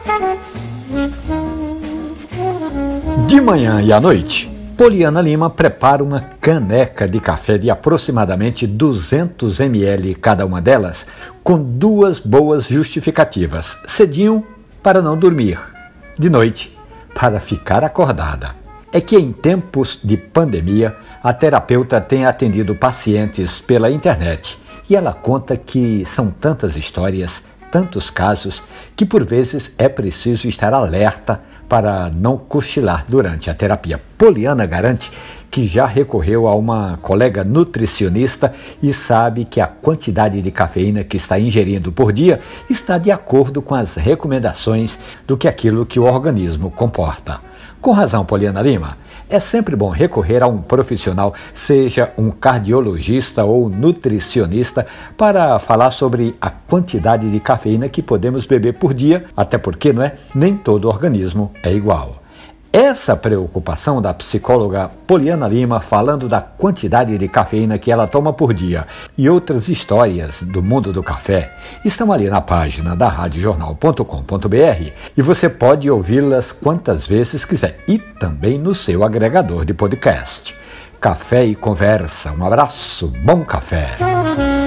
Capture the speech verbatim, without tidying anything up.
De manhã e à noite, Poliana Lima prepara uma caneca de café de aproximadamente duzentos mililitros cada uma delas, com duas boas justificativas: cedinho, para não dormir; de noite, para ficar acordada. É que em tempos de pandemia, a terapeuta tem atendido pacientes pela internet e ela conta que são tantas histórias, tantos casos, que por vezes é preciso estar alerta para não cochilar durante a terapia. Poliana garante que já recorreu a uma colega nutricionista e sabe que a quantidade de cafeína que está ingerindo por dia está de acordo com as recomendações do que aquilo que o organismo comporta. Com razão, Poliana Lima, é sempre bom recorrer a um profissional, seja um cardiologista ou nutricionista, para falar sobre a quantidade de cafeína que podemos beber por dia, até porque, não é? Nem todo organismo é igual. Essa preocupação da psicóloga Poliana Lima, falando da quantidade de cafeína que ela toma por dia e outras histórias do mundo do café, estão ali na página da rádio jornal ponto com ponto b r e você pode ouvi-las quantas vezes quiser e também no seu agregador de podcast. Café e Conversa. Um abraço, bom café!